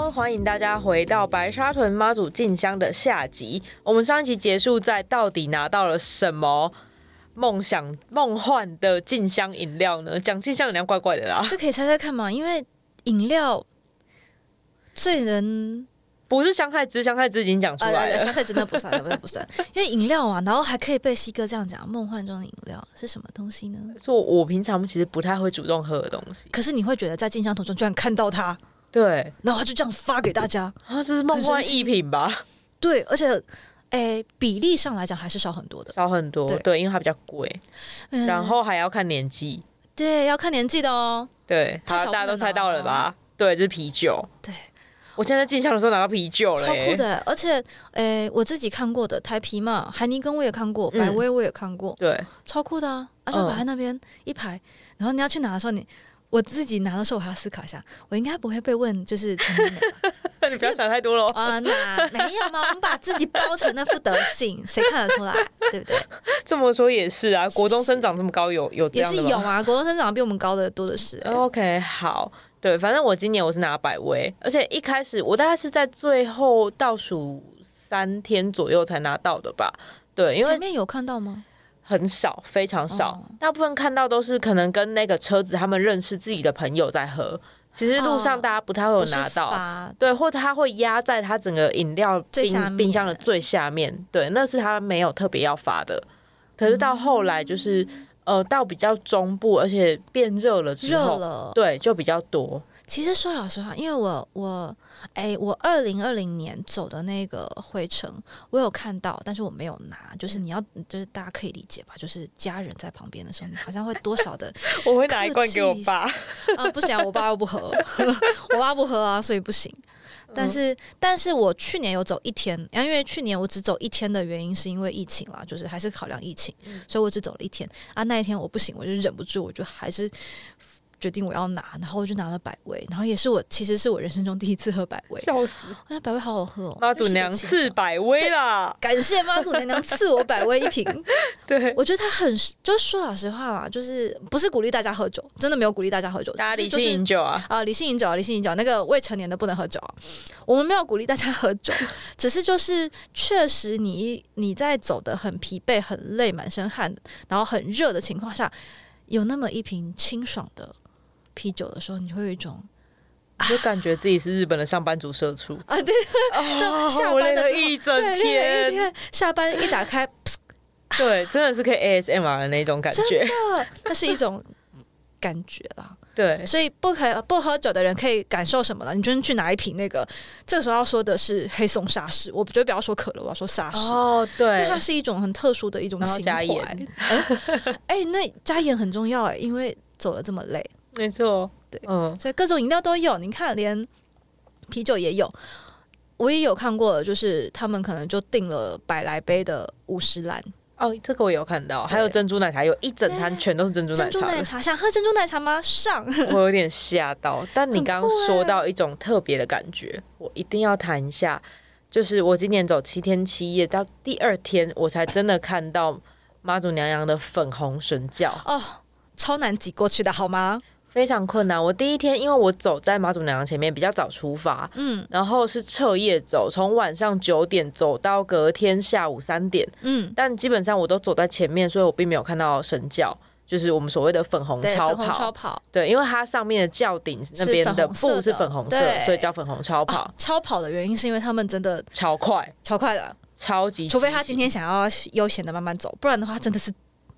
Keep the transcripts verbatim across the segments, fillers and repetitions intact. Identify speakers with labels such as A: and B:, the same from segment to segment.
A: Hello， 欢迎大家回到白沙屯妈祖进香的下集。我们上一集结束在到底拿到了什么梦想梦幻的进香饮料呢？讲进香饮料怪怪的啦，
B: 这可以猜猜看嘛？因为饮料最能
A: 不是香菜汁，香菜汁已经讲出来了，
B: 呃、香菜汁那不算，那不算，因为饮料啊，然后还可以被西哥这样讲，梦幻中的饮料是什么东西呢？
A: 是我我平常其实不太会主动喝的东西，
B: 可是你会觉得在进香途中居然看到它。
A: 对，
B: 然后他就这样发给大家，
A: 啊，这是梦幻逸品吧？
B: 对，而且，诶，比例上来讲还是少很多的，
A: 少很多， 对, 对，因为它比较贵、嗯，然后还要看年纪，
B: 对，要看年纪的哦。
A: 对，好，大家都猜到了吧？对，就是啤酒。
B: 对，
A: 我现在进香的时候拿到啤酒了、欸，
B: 超酷的。而且，诶，我自己看过的台啤嘛，海尼根我也看过，百威我也看过，
A: 对，
B: 超酷的啊！而且摆在那边一排，然后你要去拿的时候，你。我自己拿的时候，我还要思考一下，我应该不会被问就是成本吧？
A: 你不要想太多了
B: 啊！那没有嘛，我们把自己包成那副德性，谁看得出来？对不对？
A: 这么说也是啊，国中生长这么高，有有这样的吗？
B: 也是有啊，国中生长比我们高的多的是、
A: 欸。OK， 好，对，反正我今年我是拿百威，而且一开始我大概是在最后倒数三天左右才拿到的吧？对，因为
B: 前面有看到吗？很
A: 少，非常少、哦，大部分看到都是可能跟那个车子他们认识自己的朋友在喝，其实路上大家不太会有拿到，哦、对，或者他会压在他整个饮料冰冰箱的最下面，对，那是他没有特别要发的。可是到后来就是、嗯、呃，到比较中部，而且变热了之后，
B: 热了，
A: 对，就比较多。
B: 其实说老实话，因为我我哎，我二零二零年走的那个回程，我有看到，但是我没有拿。就是你要，就是大家可以理解吧？就是家人在旁边的时候，你好像会多少的，
A: 我会拿一罐给我爸
B: 啊，不行、啊，我爸又不喝，我爸不喝啊，所以不行。但是，嗯、但是我去年有走一天，因为去年我只走一天的原因是因为疫情啦，就是还是考量疫情，嗯、所以我只走了一天啊。那一天我不行，我就忍不住，我就还是。决定我要拿，然后我就拿了百威，然后也是我其实是我人生中第一次喝百威，
A: 笑死！
B: 我觉得百威好好喝哦，
A: 妈祖娘赐百威啦，
B: 感谢妈祖娘娘赐我百威一瓶。
A: 对，
B: 我觉得他很，就是说老实话嘛，就是不是鼓励大家喝酒，真的没有鼓励大家喝酒，
A: 大家理性饮酒啊，
B: 啊、呃，理性饮酒啊，理性饮酒，那个未成年的不能喝酒啊。我们没有鼓励大家喝酒，只是就是确实你你在走得很疲惫、很累、满身汗，然后很热的情况下，有那么一瓶清爽的啤酒的时候，你会有一种，
A: 就感觉自己是日本的上班族社畜
B: 啊，对，
A: 哦、
B: 下班的时候
A: 一整天，
B: 天下班一打开，
A: 对，真的是可以 A S M R 的那种感觉，
B: 真的，那是一种感觉啦。
A: 对，
B: 所以不可不喝酒的人可以感受什么呢？你就是去拿一瓶那个，这个时候要说的是黑松沙士，我觉得不要说可乐，我要说沙士。
A: 哦，对，
B: 因为它是一种很特殊的一种情怀。哎、嗯欸，那加盐很重要哎，因为走了这么累。
A: 没错，
B: 对，嗯，所以各种饮料都有，你看连啤酒也有，我也有看过，就是他们可能就订了百来杯的五十兰。
A: 哦，这个我有看到，还有珍珠奶茶，有一整摊全都是珍珠奶茶。
B: 珍珠奶茶，想喝珍珠奶茶吗？上，
A: 我有点吓到，但你刚刚说到一种特别的感觉，我一定要谈一下，就是我今年走七天七夜，到第二天我才真的看到妈祖娘娘的粉红神教
B: 哦，超难挤过去的好吗？
A: 非常困难。我第一天因为我走在妈祖娘娘前面，比较早出发，嗯，然后是彻夜走，从晚上九点走到隔天下午三点，嗯，但基本上我都走在前面，所以我并没有看到神教，就是我们所谓的粉红超跑。
B: 超跑，
A: 对，因为它上面的轿顶那边的布是粉红色，所以叫粉红超跑。
B: 啊、超跑的原因是因为他们真的
A: 超快，
B: 超快的，
A: 超级，
B: 除非他今天想要悠闲的慢慢走，不然的话真的是。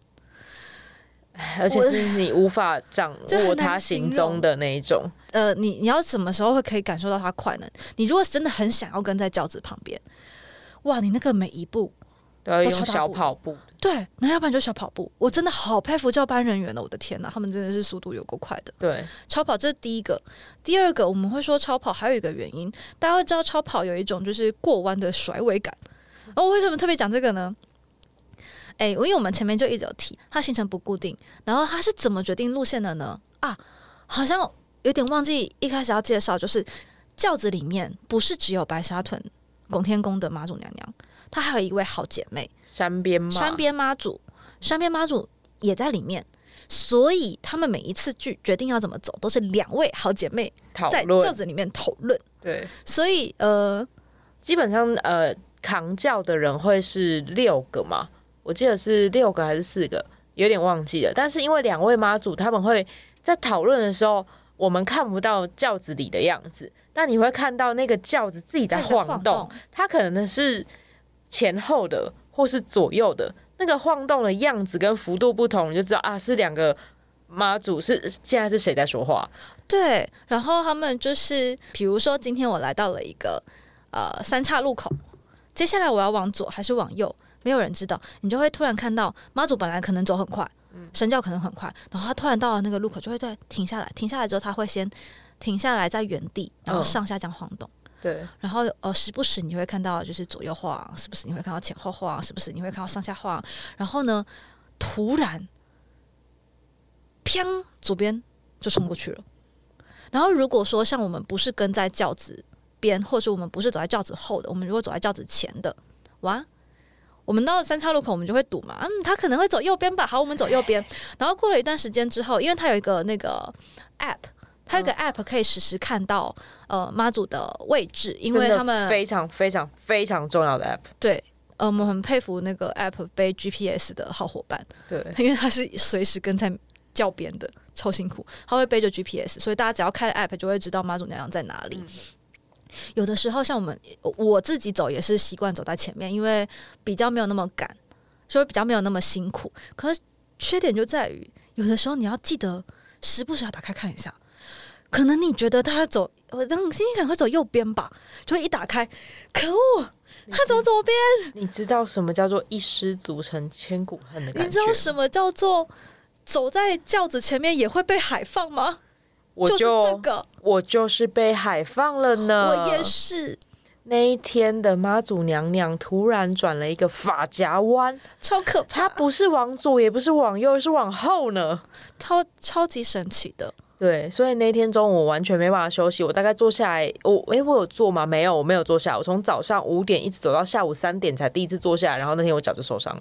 A: 而且是你无法掌握他行踪的那一种。
B: 呃，你你要什么时候会可以感受到他快呢？你如果真的很想要跟在轿子旁边，哇，你那个每一步
A: 都要用小跑步。
B: 对，那要不然就小跑步。我真的好佩服交班人员了，我的天哪，他们真的是速度有够快的。
A: 对，
B: 超跑这是第一个，第二个我们会说超跑还有一个原因，大家会知道超跑有一种就是过弯的甩尾感。哦，我为什么特别讲这个呢？哎、欸，因为我们前面就一直有提，它行程不固定，然后它是怎么决定路线的呢？啊，好像有点忘记一开始要介绍，就是轿子里面不是只有白沙屯拱天宫的妈祖娘娘，她还有一位好姐妹
A: 山边妈，
B: 山边妈祖，山边妈祖也在里面，所以他们每一次决决定要怎么走，都是两位好姐妹在轿子里面讨论。
A: 对，
B: 所以呃，
A: 基本上呃，扛轿的人会是六个嘛，我记得是六个还是四个，有点忘记了。但是因为两位妈祖他们会在讨论的时候，我们看不到轿子里的样子，但你会看到那个轿子自己在晃动，它可能是前后的或是左右的，那个晃动的样子跟幅度不同，你就知道啊，是两个妈祖，是现在是谁在说话？
B: 对，然后他们就是，比如说今天我来到了一个呃三岔路口，接下来我要往左还是往右，没有人知道，你就会突然看到妈祖本来可能走很快，神教可能很快，然后他突然到了那个路口就会对停下来，停下来之后他会先停下来在原地，然后上下这样晃动。嗯
A: 对，
B: 然后呃，时不时你会看到就是左右晃，时不时你会看到前后晃，时不时你会看到上下晃，然后呢，突然，砰，左边就冲过去了。然后如果说像我们不是跟在轿子边，或是我们不是走在轿子后的，我们如果走在轿子前的，哇，我们到了三岔路口，我们就会赌嘛，嗯，他可能会走右边吧，好，我们走右边。然后过了一段时间之后，因为它有一个那个 app。它有个 app 可以实时看到呃妈祖的位置，因为他们
A: 非常非常非常重要的 app。
B: 对，呃，我们很佩服那个 app 背 G P S 的好伙伴。
A: 对，
B: 因为他是随时跟在教边的，超辛苦。他会背着 G P S， 所以大家只要开了 app 就会知道妈祖娘娘在哪里。嗯、有的时候像我们我自己走也是习惯走在前面，因为比较没有那么赶，所以比较没有那么辛苦。可是缺点就在于，有的时候你要记得时不时要打开看一下。可能你觉得他走，我当心可能会走右边吧，就会一打开，可恶，他走左边。
A: 你知道什么叫做一失足成千古恨的感觉？
B: 你知道什么叫做走在轿子前面也会被海放吗？
A: 我就、
B: 就是这个，
A: 我就是被海放了呢。
B: 我也是。
A: 那一天的妈祖娘娘突然转了一个发夹弯，
B: 超可怕。
A: 她不是往左，也不是往右，是往后呢，
B: 超超级神奇的。
A: 对，所以那天中午我完全没办法休息，我大概坐下来，我诶，我有坐吗？没有，我没有坐下来，我从早上五点一直走到下午三点才第一次坐下来，然后那天我脚就受伤了。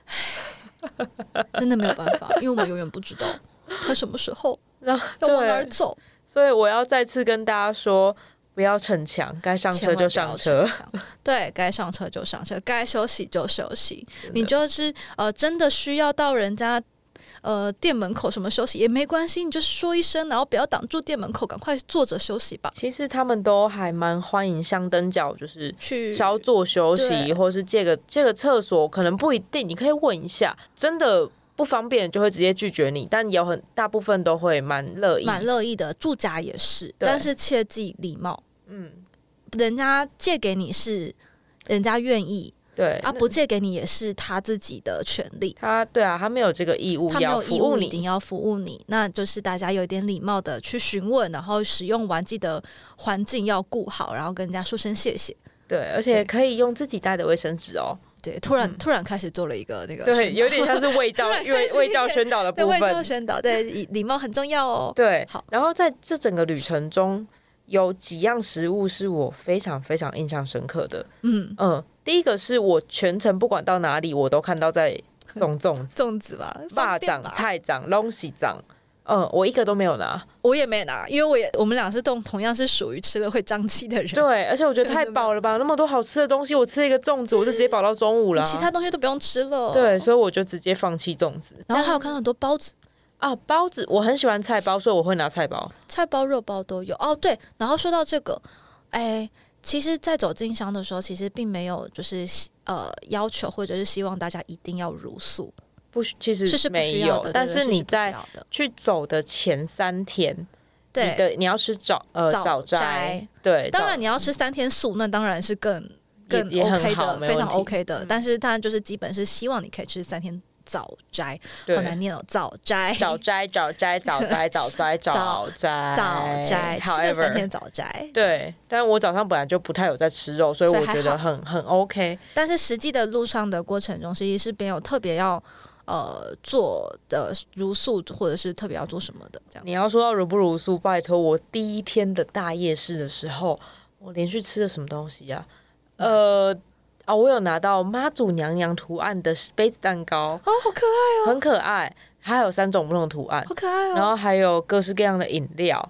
B: 真的没有办法，因为我们永远不知道他什么时候要往哪儿走，
A: 所以我要再次跟大家说，不要逞强，该上车就上车。
B: 对，该上车就上车，该休息就休息。你就是呃，真的需要到人家。呃，店门口什么休息也没关系，你就是说一声，然后不要挡住店门口，赶快坐着休息吧。
A: 其实他们都还蛮欢迎香灯脚，就是
B: 去
A: 稍作休息，或是借个借个厕所，可能不一定，你可以问一下，真的不方便就会直接拒绝你，但有很大部分都会蛮乐意，
B: 蛮乐意的。住家也是，但是切记礼貌。嗯，人家借给你是人家愿意。
A: 对
B: 啊，不借给你也是他自己的权利。
A: 他对啊，他没有这个义务要服务你，
B: 他没有义务一定要服务你。那就是大家有点礼貌的去询问，然后使用完记得环境要顾好，然后跟人家说声谢谢。
A: 对，而且可以用自己带的卫生纸哦。
B: 对，突然、嗯、突然开始做了一个那个，
A: 对，有点像是卫教，因为卫教宣导的部分，
B: 对，卫教宣导，对，礼貌很重要哦。
A: 对，好。然后在这整个旅程中，有几样食物是我非常非常印象深刻的。嗯嗯。第一个是我全程不管到哪里，我都看到在送粽子，
B: 粽子吧，
A: 肉粽、菜粽、东西粽，嗯，我一个都没有拿，
B: 我也没拿，因为我也我们俩是同同样是属于吃了会胀气的人，
A: 对，而且我觉得太饱了吧，那么多好吃的东西，我吃一个粽子我就直接饱到中午了，
B: 其他东西都不用吃了，
A: 对，所以我就直接放弃粽子，
B: 然后还有看到很多包子。
A: 啊，包子我很喜欢菜包，所以我会拿菜包，
B: 菜包、肉包都有哦。对，然后说到这个，哎。其实，在走进香的时候，其实并没有就是呃要求或者是希望大家一定要茹素，
A: 不，其实
B: 是
A: 没有。但是你在去走的前三天，
B: 对
A: 你的你要吃早呃早斋，对，
B: 当然你要吃三天素，那当然是更更 OK 的，非常 OK 的。嗯、但是它就是基本是希望你可以吃三天。早斋好难念哦，早斋
A: 早斋早斋早斋早斋早斋
B: 早斋，吃了三天早斋。
A: 对，但我早上本来就不太有在吃肉，所以我觉得很很 OK。
B: 但是实际的路上的过程中，其实是没有特别要呃做的茹素，或者是特别要做什么的。这样，
A: 你要说到茹不茹素，拜托，我第一天的大夜市的时候，我连续吃了什么东西啊？呃。哦，我有拿到妈祖娘娘图案的杯子蛋糕，
B: 哦，好可爱哦，
A: 很可爱，还有三种不同的图案，
B: 好可爱哦。
A: 然后还有各式各样的饮料，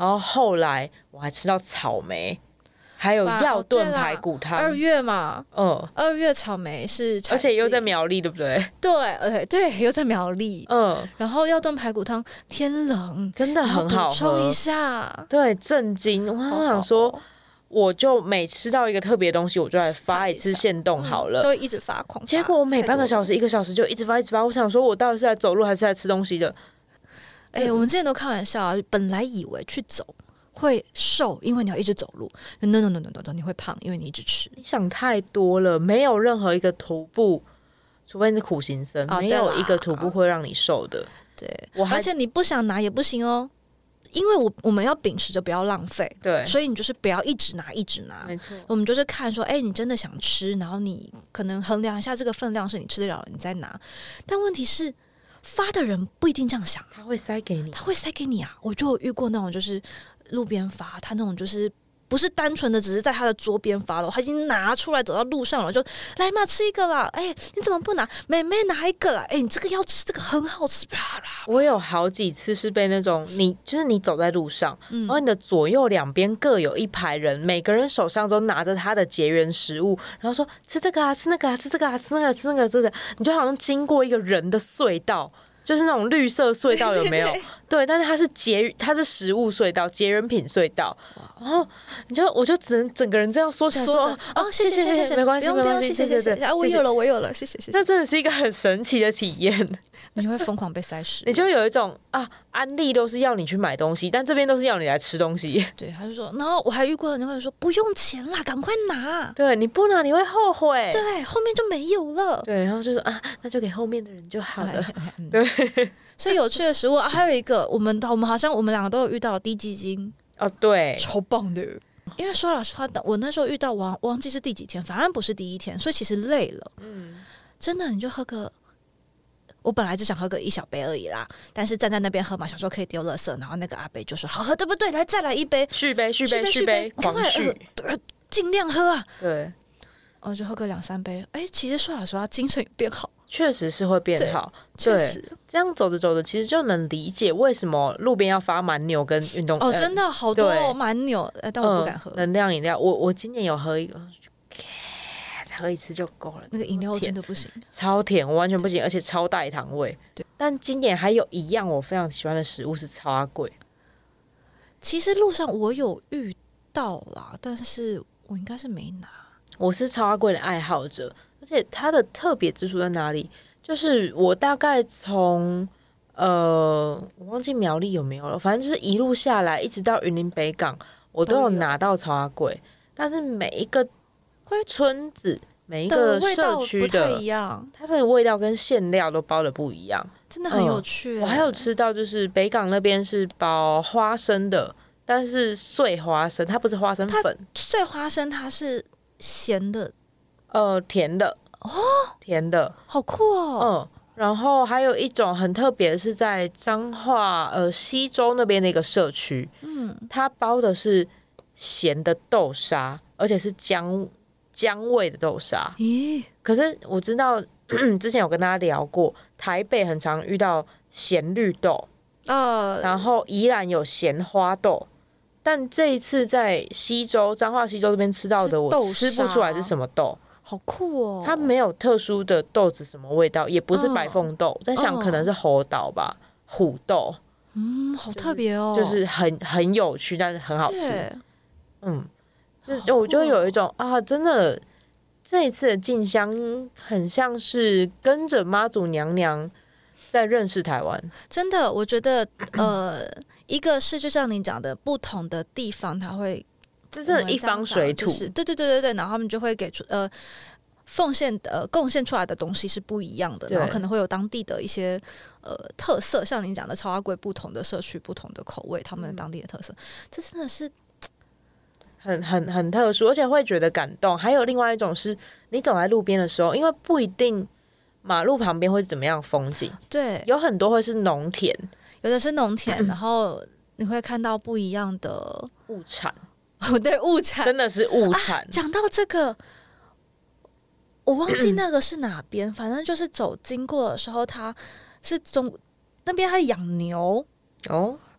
A: 然后后来我还吃到草莓，还有药炖排骨汤。
B: 二月嘛，嗯，二月草莓是，
A: 而且又在苗栗，对不对？
B: 对，而且对，又在苗栗，嗯。然后药炖排骨汤，天冷，
A: 真的很好喝。补
B: 充一下，
A: 对，震惊！我想说，我就每吃到一个特别东西，我就来发一次限动好了，
B: 就会一直发狂。
A: 结果我每半个小时、一个小时就一直发、一直发。我想说，我到底是在走路还是在吃东西的？
B: 哎、欸，我们之前都开玩笑啊，本来以为去走会瘦，因为你要一直走路。No no no no no， 你会胖，因为你一直吃。
A: 你想太多了，没有任何一个徒步，除非你是苦行僧，哦、没有一个徒步会让你瘦的。
B: 对，我而且你不想拿也不行哦，因为我我们要秉持着不要浪费，
A: 对，
B: 所以你就是不要一直拿一直拿。
A: 没错，
B: 我们就是看说，哎、欸，你真的想吃，然后你可能衡量一下这个分量是你吃得了，你再拿。但问题是。发的人不一定这样想，
A: 他会塞给你，
B: 他会塞给你啊！我就有遇过那种，就是路边发，他那种就是不是单纯的只是在他的桌边发了，他已经拿出来走到路上了，就来嘛吃一个啦！哎、欸，你怎么不拿？妹妹拿一个啦！哎、欸，你这个要吃，这个很好吃。
A: 我有好几次是被那种你就是你走在路上，嗯、然后你的左右两边各有一排人，每个人手上都拿着他的结缘食物，然后说吃这个啊，吃那个啊，吃这个啊，吃那个，吃那个，吃这个，你就好像经过一个人的隧道。就是那种绿色隧道有没有？对, 对, 对, 对，但是它是结，它是食物隧道，结缘品隧道。然后你就我就只能整个人这样缩起来说：“哦，谢谢谢谢，没关系没关系，谢谢谢谢。”
B: 啊，我有了我有了，谢谢谢谢。
A: 那真的是一个很神奇的体验。
B: 你会疯狂被塞食，
A: 你就有一种啊，安利都是要你去买东西，但这边都是要你来吃东西。
B: 对，他就说，然后我还遇过人就跟你说不用钱啦，赶快拿。
A: 对，你不拿你会后悔。
B: 对，后面就没有了。
A: 对，然后就说啊，那就给后面的人就好了。对，
B: 所以有趣的食物、啊、还有一个，我们我们好像我们两个都有遇到低基金
A: 哦，对，
B: 超棒的。因为说老实话，我那时候遇到忘忘记是第几天，反正不是第一天，所以其实累了。嗯，真的，你就喝个。我本来只想喝个一小杯而已啦，但是站在那边喝嘛，想说可以丢垃圾，然后那个阿伯就说好喝对不对？来再来一杯，
A: 续杯续杯续杯，狂续，
B: 尽、呃、量喝啊！
A: 对，
B: 我就喝个两三杯，哎、欸，其实说老实话，精神变好，
A: 确实是会变好，
B: 确实。
A: 这样走着走着，其实就能理解为什么路边要发蛮牛跟运动
B: 哦，真的好多哦蛮牛、呃，但我不敢喝、
A: 嗯、能量饮料。我我今年有喝一个。喝一次就够了，
B: 那个饮料真的不行，
A: 超甜，我完全不行，而且超带糖味。对，但今年还有一样我非常喜欢的食物是超阿贵。
B: 其实路上我有遇到啦，但是我应该是没拿。
A: 我是超阿贵的爱好者，而且它的特别之处在哪里？就是我大概从呃，我忘记苗栗有没有了，反正就是一路下来，一直到云林北港，我都有拿到超阿贵，但是每一个村子。每一个社区的
B: 一样，
A: 它的味道跟馅料都包的不一样，
B: 真的很有趣、欸嗯。
A: 我还有吃到就是北港那边是包花生的，但是碎花生，它不是花生粉，
B: 碎花生它是咸的，
A: 呃，甜的哦，甜的，
B: 好酷哦。
A: 嗯，然后还有一种很特别的是在彰化呃溪州那边的一个社区，嗯，它包的是咸的豆沙，而且是姜。姜味的豆沙，咦？可是我知道之前有跟大家聊过，台北很常遇到咸绿豆，呃，然后宜兰有咸花豆，但这一次在溪州彰化溪州这边吃到的，我吃不出来是什么豆，
B: 好酷哦！
A: 它没有特殊的豆子什么味道，也不是白凤豆，我在想可能是猴岛吧，虎豆，
B: 嗯，好特别哦，
A: 就是、就是很很有趣，但是很好吃，嗯。就我就有一种、哦、啊，真的这一次的进香很像是跟着妈祖娘娘在认识台湾。
B: 真的，我觉得呃，一个是就像你讲的，不同的地方它会，
A: 这是一方水土，
B: 就是、对对对对对，然后他们就会给出呃奉献呃贡献出来的东西是不一样的，然后可能会有当地的一些呃特色，像你讲的超阿贵不同的社区、不同的口味，他们的当地的特色，嗯、这真的是。
A: 很很很特殊，而且会觉得感动。还有另外一种是，你走在路边的时候，因为不一定马路旁边会是怎么样的风景，
B: 对，
A: 有很多会是农田，
B: 有的是农田，然后你会看到不一样的
A: 物产。
B: 哦，对，物产
A: 真的是物产。
B: 讲、啊、到这个，我忘记那个是哪边，反正就是走经过的时候，它是中那边它养牛哦。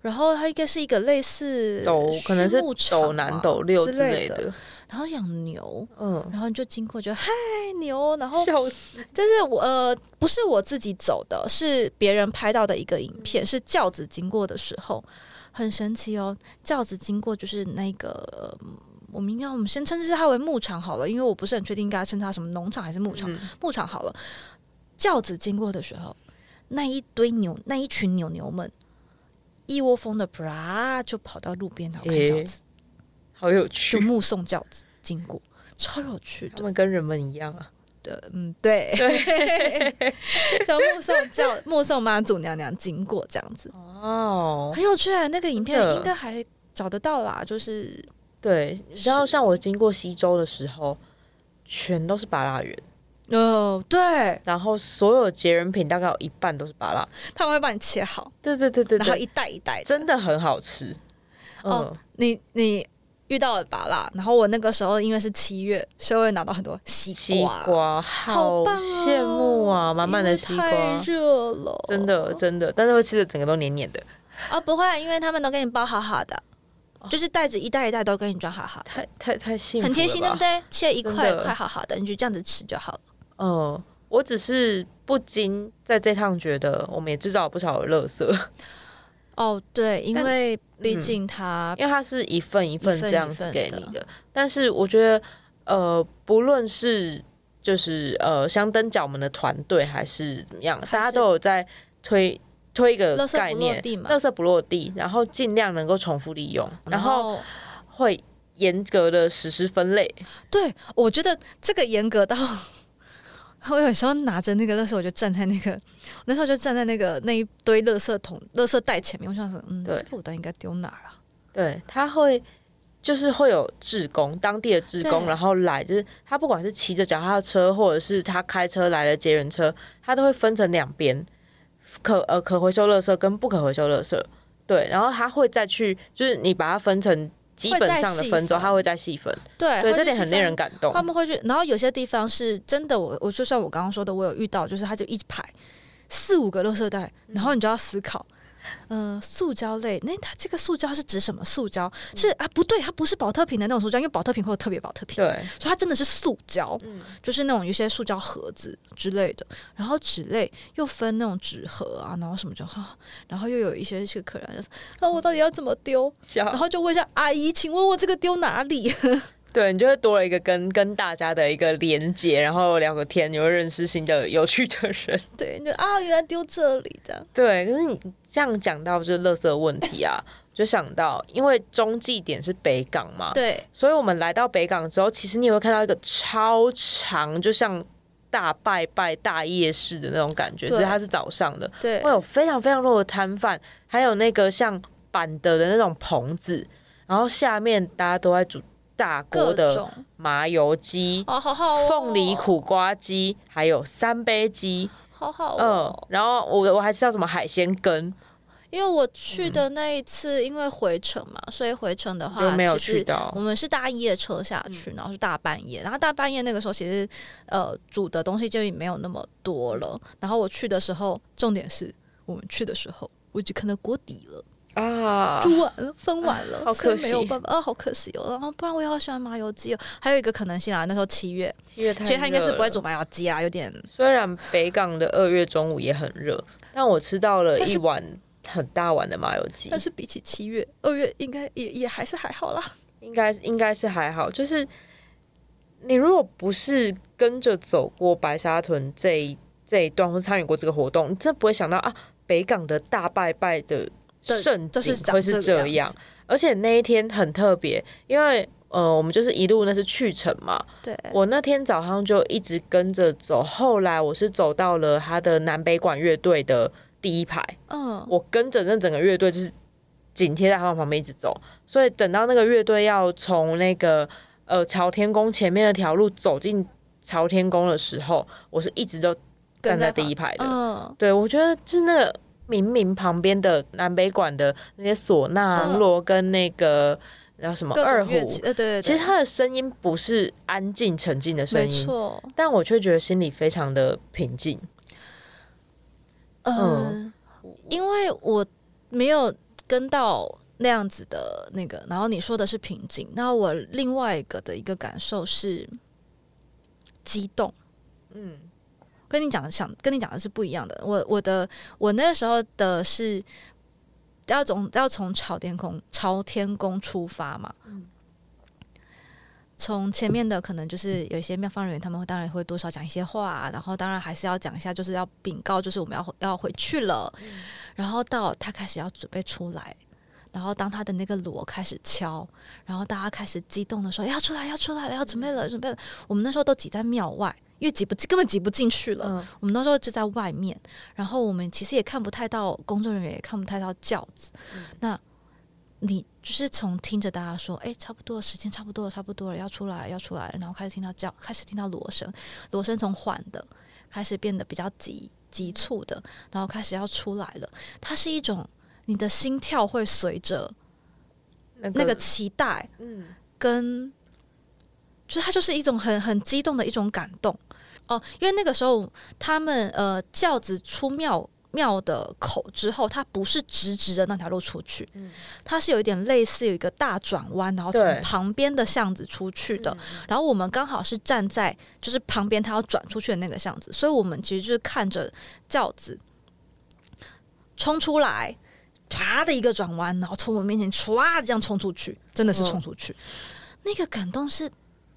B: 然后它应该是一个类似
A: 斗，可能是斗南斗六之类的。
B: 然后养牛，嗯，然后你就经过，就嗨牛，然后
A: 笑死，
B: 就是我呃不是我自己走的，是别人拍到的一个影片，是轿子经过的时候，很神奇哦。轿子经过就是那个，呃、我们应该我们先称之它为牧场好了，因为我不是很确定应该称它什么农场还是牧场，嗯、牧场好了。轿子经过的时候，那一堆牛，那一群牛牛们，一窝蜂的啪就跑到路边，然后看轿子。欸
A: 好有趣，
B: 就目送轿子经过，超有趣的。
A: 他们跟人们一样啊。
B: 对，嗯，对，对就目送轿目送妈祖娘娘经过这样子。哦，很有趣啊！那个影片应该还找得到啦。就是
A: 对，然后像我经过西周的时候，全都是芭乐园。
B: 哦，对，
A: 然后所有节人品大概有一半都是芭乐，
B: 他们会帮你切好。
A: 对对对对对，
B: 然后一袋一袋的，
A: 真的很好吃。
B: 嗯、哦，你你。遇到了芭乐，然后我那个时候因为是七月，所以我会拿到很多西瓜，
A: 西瓜好羡慕啊！满满的西瓜，
B: 太热了，
A: 真的真的，但是会吃的整个都黏黏的。
B: 哦，不会，因为他们都给你包好好的，哦、就是袋子一袋一袋都给你装好好的，
A: 太太太幸福了吧，
B: 很贴心，对不对？切一块一块好好的，你就这样子吃就好了。
A: 嗯，我只是不禁在这趟觉得，我们也制造了不少的垃圾。
B: 哦，对，因为毕竟它、
A: 嗯，因为它是一份一份这样子给你的，一份一份的但是我觉得，呃，不论是就是呃香灯角们的团队还是怎么样，大家都有在推推一个概念，垃圾不落地，然后尽量能够重复利用，然后会严格的实施分类。
B: 对，我觉得这个严格到。我有时候拿着那个垃圾，我就站在那个，那时候就站在那个那一堆垃圾桶、垃圾袋前面。我想说，嗯，这个我到底应该丢哪儿啊？
A: 对，他会就是会有志工，当地的志工，然后来，就是他不管是骑着脚踏车，或者是他开车来的捷运车，他都会分成两边，可呃可回收垃圾跟不可回收垃圾。对，然后他会再去，就是你把它分成。基本上的分之后，他会再细分，
B: 对
A: 对，这点很令人感动。
B: 他们会去，然后有些地方是真的，我我就像我刚刚说的，我有遇到，就是他就一排四五个垃圾袋，然后你就要思考，呃，塑胶类，那它这个塑胶是指什么塑胶？是啊，不对，它不是保特瓶的那种塑胶，因为保特瓶会有特别保特瓶，
A: 对，
B: 所以它真的是塑胶，嗯、就是那种有些塑胶盒子之类的。然后纸类又分那种纸盒啊，然后什么就哈，然后又有一些是客人就是，啊，我到底要怎么丢？然后就问一下阿姨，请问我这个丢哪里？
A: 对，你就会多了一个跟跟大家的一个连结，然后聊个天，你会认识新的有趣的人。
B: 对，你就啊，原来丢这里这样。
A: 对，可是你这样讲到就是垃圾的问题啊，就想到因为中继点是北港嘛，
B: 对，
A: 所以我们来到北港之后，其实你也会看到一个超长，就像大拜拜大夜市的那种感觉，只是它是早上的，
B: 对，
A: 会有非常非常多的摊贩，还有那个像板的的那种棚子，然后下面大家都在煮。大锅的麻油鸡、凤梨苦瓜鸡，还有三杯鸡，
B: 好好哦。
A: 嗯，然后我我还吃到什么海鲜羹。
B: 因为我去的那一次，嗯、因为回程嘛，所以回程的话，
A: 就没有去到。
B: 我们是大夜车下去，然后是大半夜，然后大半夜那个时候，其实呃煮的东西就没有那么多了。然后我去的时候，重点是我们去的时候，我已经看到锅底了。啊，煮完了，分完了，
A: 好可惜，
B: 没有办法啊，好可惜哦。然后不然我也好喜欢麻油鸡哦。还有一个可能性啊，那时候七月，
A: 七月太热了，
B: 其实他应该是不会煮麻油鸡啊，有点。
A: 虽然北港的二月中午也很热，但我吃到了一碗很大碗的麻油鸡。
B: 但是比起七月、二月，应该也也还是还好啦。
A: 应该应该是还好，就是你如果不是跟着走过白沙屯这一这一段，或参与过这个活动，你真不会想到啊，北港的大拜拜的。盛景会是这样，而且那一天很特别，因为呃，我们就是一路那是去程嘛。
B: 对，
A: 我那天早上就一直跟着走，后来我是走到了他的南北管乐队的第一排，嗯，我跟着那整个乐队就是紧贴在他们旁边一直走，所以等到那个乐队要从那个呃朝天宫前面那条路走进朝天宫的时候，我是一直都站在第一排的。嗯，对，我觉得是那个。明明旁边的南北管的那些唢呐、箫锣跟那个然后什么二胡，
B: 对对对，
A: 其实它的声音不是安静沉静的声音，
B: 没错，
A: 但我却觉得心里非常的平静。
B: 嗯，因为我没有跟到那样子的那个，然后你说的是平静，那我另外一个的一个感受是激动。嗯，跟你讲的想跟你讲的是不一样的。我我的我那个时候的是要从要从朝天宫朝天宫出发嘛。嗯，从前面的可能就是有一些庙方人员，他们当然会多少讲一些话，然后当然还是要讲一下，就是要禀告，就是我们要要回去了。嗯，然后到他开始要准备出来。然后当他的那个锣开始敲，然后大家开始激动的说要出来要出来了要准备了准备了，我们那时候都挤在庙外，因为挤不根本挤不进去了。嗯，我们那时候就在外面，然后我们其实也看不太到工作人员，也看不太到轿子。嗯，那你就是从听着大家说哎，差不多时间差不多了差不多了要出来要出来了，然后开始听到叫开始听到锣声，锣声从缓的开始变得比较急急促的，然后开始要出来了。它是一种你的心跳会随着那个期待，嗯，跟就是它就是一种很很激动的一种感动哦。因为那个时候他们呃轿子出庙庙的口之后，它不是直直的那条路出去，嗯，它是有一点类似有一个大转弯，然后从旁边的巷子出去的。然后我们刚好是站在就是旁边，它要转出去的那个巷子，所以我们其实就是看着轿子冲出来。啪的一个转弯，然后从我面前唰这样冲出去，真的是冲出去。嗯，那个感动是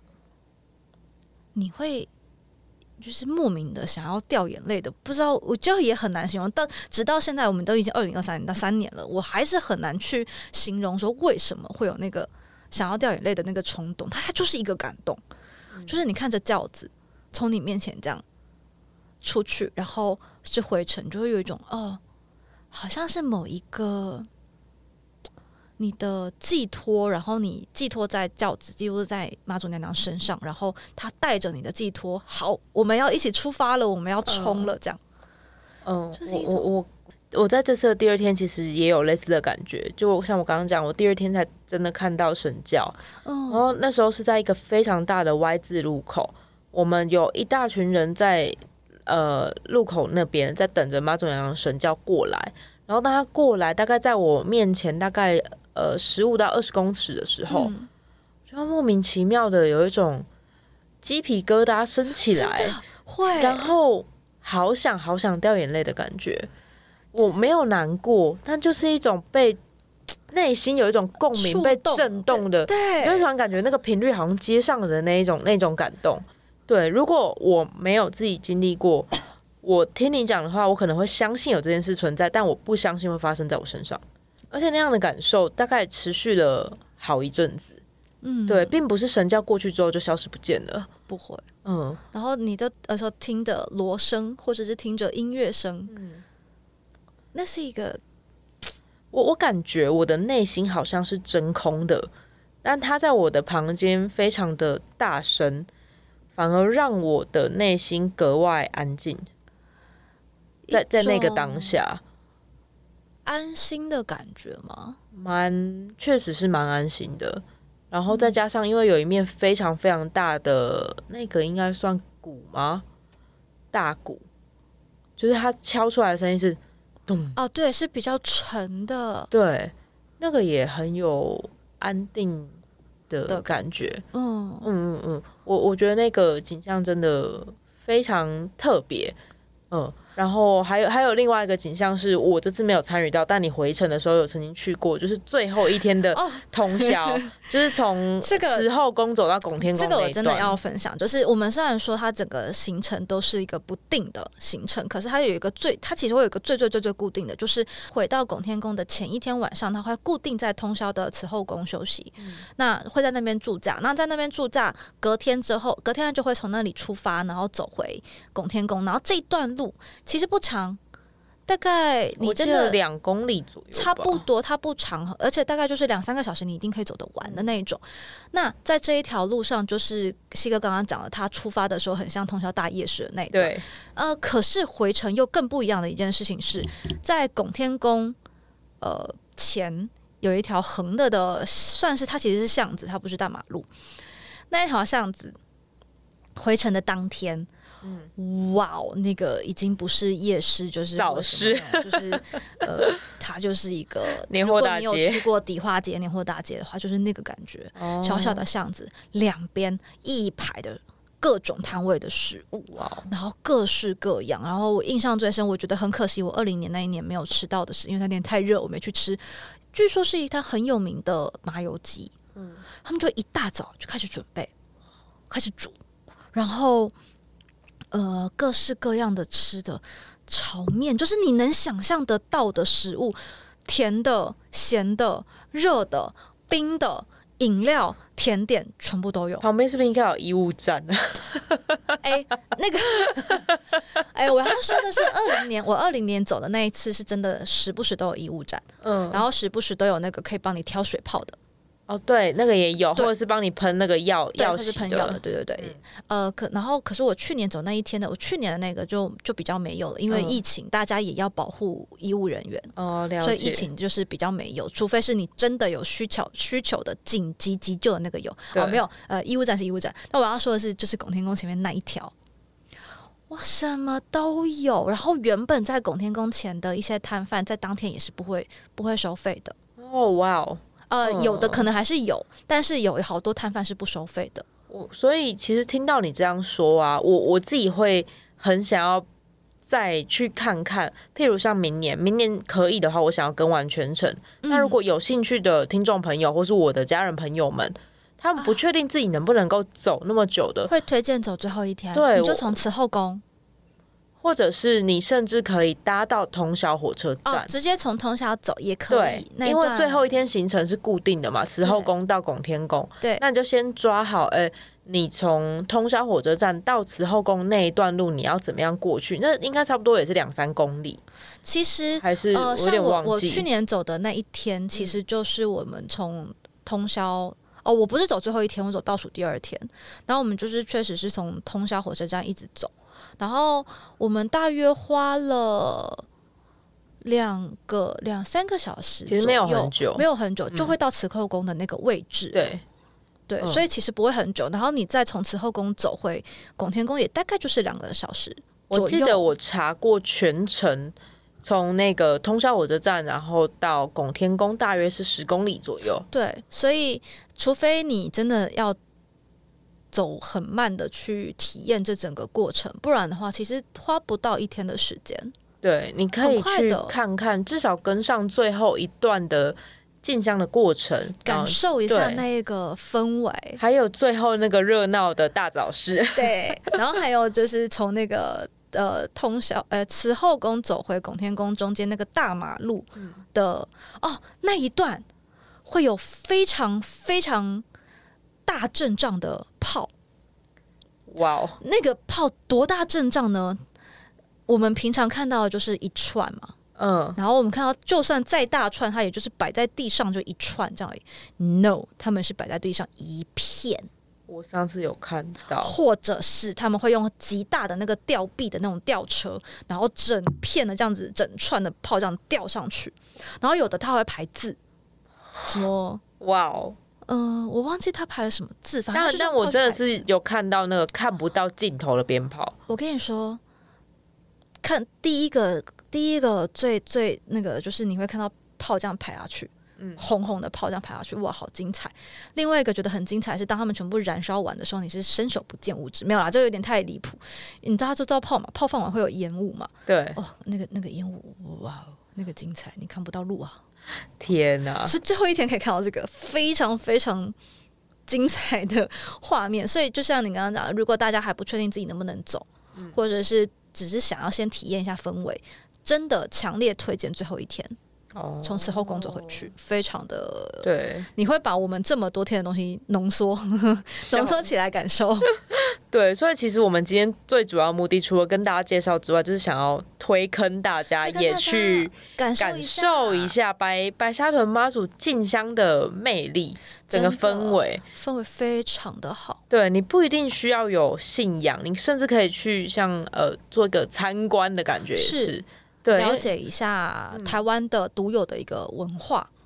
B: 你会就是莫名的想要掉眼泪的，不知道我就也很难形容。到直到现在，我们都已经二零二三年到三年了，我还是很难去形容说为什么会有那个想要掉眼泪的那个冲动。它就是一个感动，嗯，就是你看着轿子从你面前这样出去，然后是回程，就会有一种哦。好像是某一个你的寄托，然后你寄托在轿子，寄托在妈祖娘娘身上，然后他带着你的寄托，好，我们要一起出发了，我们要冲了，这样。嗯，就是一种
A: 我我我在这次的第二天其实也有类似的感觉，就像我刚刚讲，我第二天才真的看到神教，嗯，然后那时候是在一个非常大的 Y 字路口，我们有一大群人在。呃，路口那边在等着妈祖娘娘神教过来，然后当他过来，大概在我面前大概呃十五到二十公尺的时候，嗯，就莫名其妙的有一种鸡皮疙瘩升起来，
B: 会，
A: 然后好想好想掉眼泪的感觉。我没有难过，但就是一种被内心有一种共鸣、被震动的，
B: 对，
A: 有一种感觉，那个频率好像接上了的那一种那种感动。对，如果我没有自己经历过，我听你讲的话，我可能会相信有这件事存在，但我不相信会发生在我身上。而且那样的感受大概持续了好一阵子。嗯，对，并不是神教过去之后就消失不见了，
B: 不会。嗯，然后你的呃说听着锣声，或者是听着音乐声，嗯，那是一个，
A: 我我感觉我的内心好像是真空的，但它在我的旁边非常的大声。反而让我的内心格外安静，在在那个当下，
B: 安心的感觉吗？
A: 蛮，确实是蛮安心的。然后再加上，因为有一面非常非常大的那个，应该算鼓吗？大鼓，就是它敲出来的声音是咚。
B: 哦，对，是比较沉的。
A: 对，那个也很有安定的感觉。嗯嗯嗯嗯。我我觉得那个景象真的非常特别，嗯，然后还有还有另外一个景象是我这次没有参与到，但你回程的时候有曾经去过，就是最后一天的通宵，哦、就是从慈后宫走到拱天宫那一段。
B: 这个我真的要分享，就是我们虽然说它整个行程都是一个不定的行程，可是它有一个最，它其实会有一个最最最最固定的，就是回到拱天宫的前一天晚上，它会固定在通宵的慈后宫休息，嗯、那会在那边驻驾，那在那边驻驾，隔天之后，隔天就会从那里出发，然后走回拱天宫，然后这一段路其实不长，大概你真的
A: 两公里左右，
B: 差不多，它不长，而且大概就是两三个小时，你一定可以走得完的那一种。那在这一条路上，就是西哥刚刚讲的，他出发的时候很像通宵大夜市的那一段。
A: 对，
B: 呃，可是回程又更不一样的一件事情是，在拱天宫呃前有一条横的的，算是它其实是巷子，它不是大马路。那一条巷子回程的当天。 嗯，哇，那个已经不是夜市，就是
A: 早市，
B: 就是呃，它就是一个
A: 年货大街。
B: 如果你有去过迪化街、年货大街的话，就是那个感觉，哦、小小的巷子，两边一排的各种摊位的食物，然后各式各样。然后我印象最深，我觉得很可惜，我二零年那一年没有吃到的是，因为那年太热，我没去吃。据说是一摊很有名的麻油鸡，嗯，他们就一大早就开始准备，开始煮，然后呃各式各样的吃的，炒面，就是你能想象得到的食物，甜的、咸的、热的、冰的。饮料、甜点全部都有。
A: 旁边是不是应该有医务站？
B: 哎、欸，那个，哎、欸，我要说的是，二零年我二零年走的那一次是真的，时不时都有医务站，嗯，然后时不时都有那个可以帮你挑水泡的。
A: 哦，对，那个也有，或者是帮你喷那个药药
B: 洗的，喷药的，对对对。嗯、呃，可然后可是我去年走那一天的，我去年的那个就就比较没有了，因为疫情，嗯、大家也要保护医务人员，
A: 哦，了解。
B: 所以疫情就是比较没有，除非是你真的有需求需求的紧急急救的那个有，哦，没有，呃，医务站是医务站。那我要说的是，就是拱天宫前面那一条，哇，什么都有。然后原本在拱天宫前的一些摊贩，在当天也是不会不会收费的。
A: 哦，哇哦。
B: 呃，有的可能还是有，但是有好多摊贩是不收费的。
A: 我所以其实听到你这样说啊，我我自己会很想要再去看看，譬如像明年，明年可以的话，我想要跟完全程。嗯、那如果有兴趣的听众朋友，或是我的家人朋友们，他们不确定自己能不能够走那么久的，啊、
B: 会推荐走最后一天。
A: 对，
B: 你就从慈后宫。
A: 或者是你甚至可以搭到通宵火车站，
B: 哦、直接从通宵走也可以。
A: 对，因为最后一天行程是固定的嘛，慈后宫到拱天宫。
B: 对，
A: 那你就先抓好，哎、欸，你从通宵火车站到慈后宫那一段路，你要怎么样过去？那应该差不多也是两三公里。
B: 其实
A: 还是我有点忘记、呃、
B: 像我我去年走的那一天，其实就是我们从通宵。哦，我不是走最后一天，我走倒数第二天。然后我们就是确实是从通宵火车站一直走。然后我们大约花了两个两三个小时，
A: 其实没有很久，
B: 没有很久，就会到慈后宫的那个位置。
A: 对
B: 对、嗯，所以其实不会很久。然后你再从慈后宫走回拱天宫，也大概就是两个小时左右。
A: 我记得我查过全程，从那个通宵火车站，然后到拱天宫，大约是十公里左右。
B: 对，所以除非你真的要走很慢的去体验这整个过程，不然的话其实花不到一天的时间。
A: 对，你可以去看看，至少跟上最后一段的进香的过程，
B: 感受一下那个氛围，
A: 还有最后那个热闹的大早市。
B: 对，然后还有就是从那个呃通宵呃慈后宫走回拱天宫中间那个大马路的、嗯、哦那一段会有非常非常大阵仗的炮。
A: 哇哦，
B: 那个炮多大阵仗呢？我们平常看到的就是一串嘛，嗯，然后我们看到就算再大串，它也就是摆在地上就一串这样而已。No， 他们是摆在地上一片。
A: 我上次有看到，
B: 或者是他们会用极大的那个吊臂的那种吊车，然后整片的这样子整串的炮这样吊上去，然后有的他会排字，什么
A: 哇哦。
B: 嗯、呃，我忘记他排了什么字，反正
A: 但我真的是有看到那个看不到尽头的鞭炮。
B: 我跟你说，看第一个，第一个最最那个就是你会看到炮这样排下去，嗯，红红的炮这样排下去，哇，好精彩！另外一个觉得很精彩是，当他们全部燃烧完的时候，你是伸手不见五指，没有啦，这有点太离谱。你大家都知道炮嘛，炮放完会有烟雾嘛，
A: 对，
B: 哦，那个那个烟雾，哇，那个精彩，你看不到路啊。
A: 天哪！
B: 所以最后一天可以看到这个非常非常精彩的画面。所以就像你刚刚讲的，如果大家还不确定自己能不能走，嗯、或者是只是想要先体验一下氛围，真的强烈推荐最后一天。哦，从慈后宫走回去，非常的
A: 对，
B: 你会把我们这么多天的东西浓缩浓缩起来感受。
A: 对，所以其实我们今天最主要目的，除了跟大家介绍之外，就是想要推坑大家，也去感受一下白白沙屯妈祖进香的魅力，整个氛围，
B: 氛围非常的好。
A: 对，你不一定需要有信仰，你甚至可以去像呃做一个参观的感觉，也是。
B: 了解一下台湾的独有的一个文化，
A: 嗯、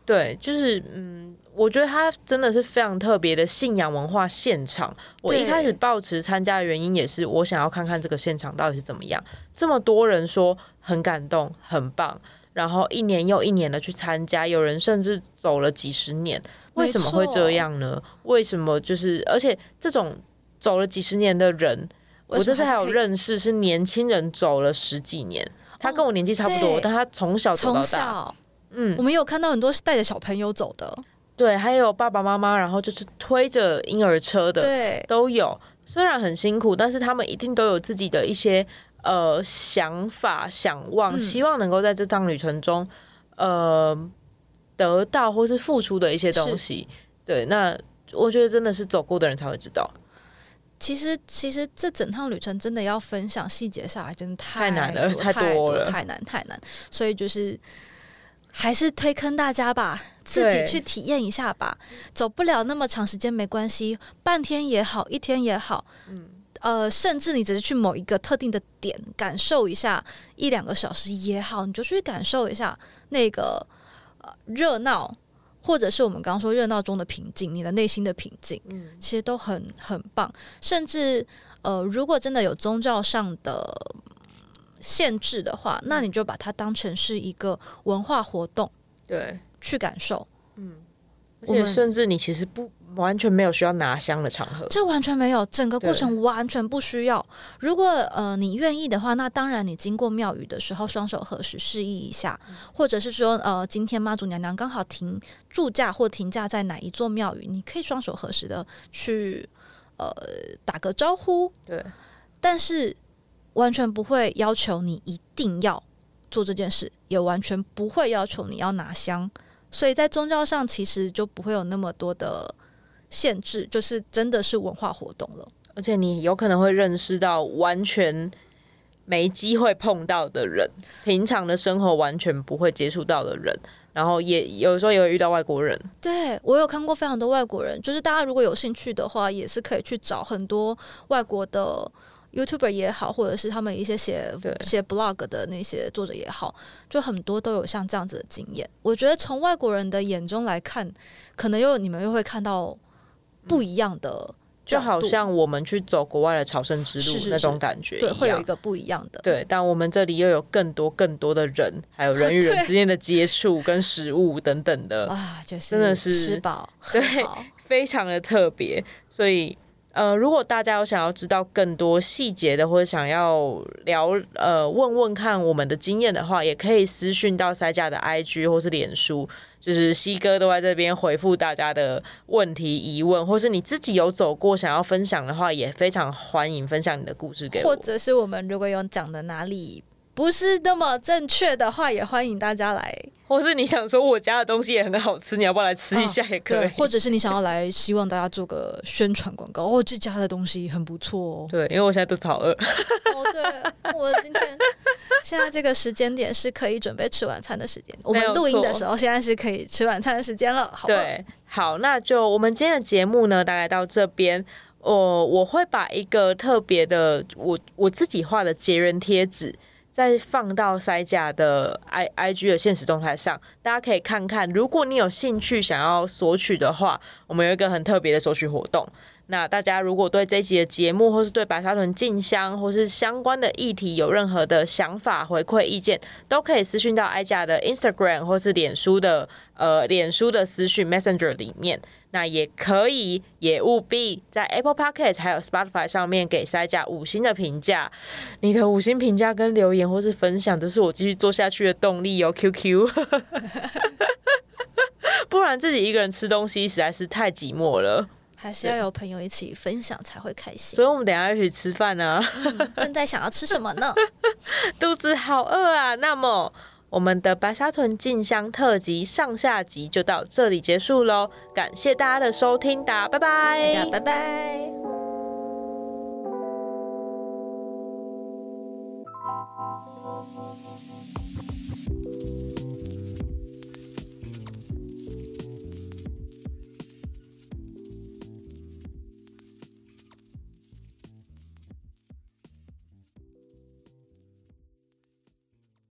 A: 对，就是嗯，我觉得它真的是非常特别的信仰文化现场。我一开始抱持参加的原因也是我想要看看这个现场到底是怎么样，这么多人说很感动很棒，然后一年又一年的去参加，有人甚至走了几十年，为什么会这样呢？为什么就是而且这种走了几十年的人，我这次还有认识是年轻人走了十几年，他跟我年纪差不多，哦，但他从小走到大。
B: 嗯，我们有看到很多是带着小朋友走的，
A: 对，还有爸爸妈妈，然后就是推着婴儿车的，
B: 对，
A: 都有。虽然很辛苦，但是他们一定都有自己的一些呃想法、想望，嗯，希望能够在这趟旅程中，呃，得到或是付出的一些东西。对，那我觉得真的是走过的人才会知道。
B: 其实，其实这整趟旅程真的要分享细节下来，真的
A: 太难了，
B: 太
A: 多了，
B: 太难，太难。所以就是。还是推坑大家吧，自己去体验一下吧。走不了那么长时间没关系，半天也好，一天也好，嗯，呃，甚至你只是去某一个特定的点感受一下一两个小时也好，你就去感受一下那个呃热闹，或者是我们刚刚说热闹中的平静，你的内心的平静，嗯，其实都很很棒。甚至呃，如果真的有宗教上的限制的话，那你就把它当成是一个文化活动，
A: 对，
B: 去感受。
A: 嗯，而且甚至你其实不完全没有需要拿香的场合，
B: 这完全没有，整个过程完全不需要。如果呃你愿意的话，那当然你经过庙宇的时候，双手合十示意一下，嗯，或者是说呃今天妈祖娘娘刚好停驻驾或停驾在哪一座庙宇，你可以双手合十的去呃打个招呼。
A: 对，
B: 但是。完全不会要求你一定要做这件事，也完全不会要求你要拿香，所以在宗教上其实就不会有那么多的限制，就是真的是文化活动了。
A: 而且你有可能会认识到完全没机会碰到的人，平常的生活完全不会接触到的人，然后也有时候也会遇到外国人。
B: 对，我有看过非常多外国人，就是大家如果有兴趣的话，也是可以去找很多外国的YouTuber 也好，或者是他们一些写写 blog 的那些作者也好，就很多都有像这样子的经验。我觉得从外国人的眼中来看，可能又你们又会看到不一样的角度，
A: 就好像我们去走国外的朝圣之路是是是那种感觉一样，
B: 对，会有一个不一样的。
A: 对，但我们这里又有更多更多的人，还有人与人之间的接触跟食物等等的
B: 啊，就是
A: 真的是
B: 吃饱，
A: 对，非常的特别，所以。呃，如果大家有想要知道更多细节的，或者想要聊呃问问看我们的经验的话，也可以私讯到塞驾的 I G 或是脸书，就是西哥都在这边回复大家的问题疑问，或是你自己有走过想要分享的话，也非常欢迎分享你的故事给我，
B: 或者是我们如果有讲的哪里不是那么正确的话，也欢迎大家来，
A: 或是你想说我家的东西也很好吃，你要不要来吃一下也可以，
B: 哦，或者是你想要来希望大家做个宣传广告哦，这家的东西很不错哦。
A: 对，因为我现在肚子好饿
B: 哦，对，我今天现在这个时间点是可以准备吃晚餐的时间，我们录音的时候现在是可以吃晚餐的时间了，好不好？
A: 对，好，那就我们今天的节目呢大概到这边。我我会把一个特别的我我自己画的结缘贴纸再放到塞驾的 I IG 的限时动态上，大家可以看看。如果你有兴趣想要索取的话，我们有一个很特别的索取活动。那大家如果对这一集的节目，或是对白沙屯进香，或是相关的议题有任何的想法、回馈意见，都可以私讯到 I 驾的 Instagram 或是脸书的呃脸书的私讯 Messenger 里面。那也可以，也务必在 Apple Podcast 还有 Spotify 上面给塞驾五星的评价。你的五星评价跟留言或是分享，就是我继续做下去的动力哦。Q Q， 不然自己一个人吃东西实在是太寂寞了。
B: 还是要有朋友一起分享才会开心。
A: 所以我们等一下一起吃饭啊。
B: 嗯，正在想要吃什么呢？
A: 肚子好饿啊。那么我们的白沙屯进香特辑上下集就到这里结束咯，感谢大家的收听，大家拜拜，
B: 大家拜拜。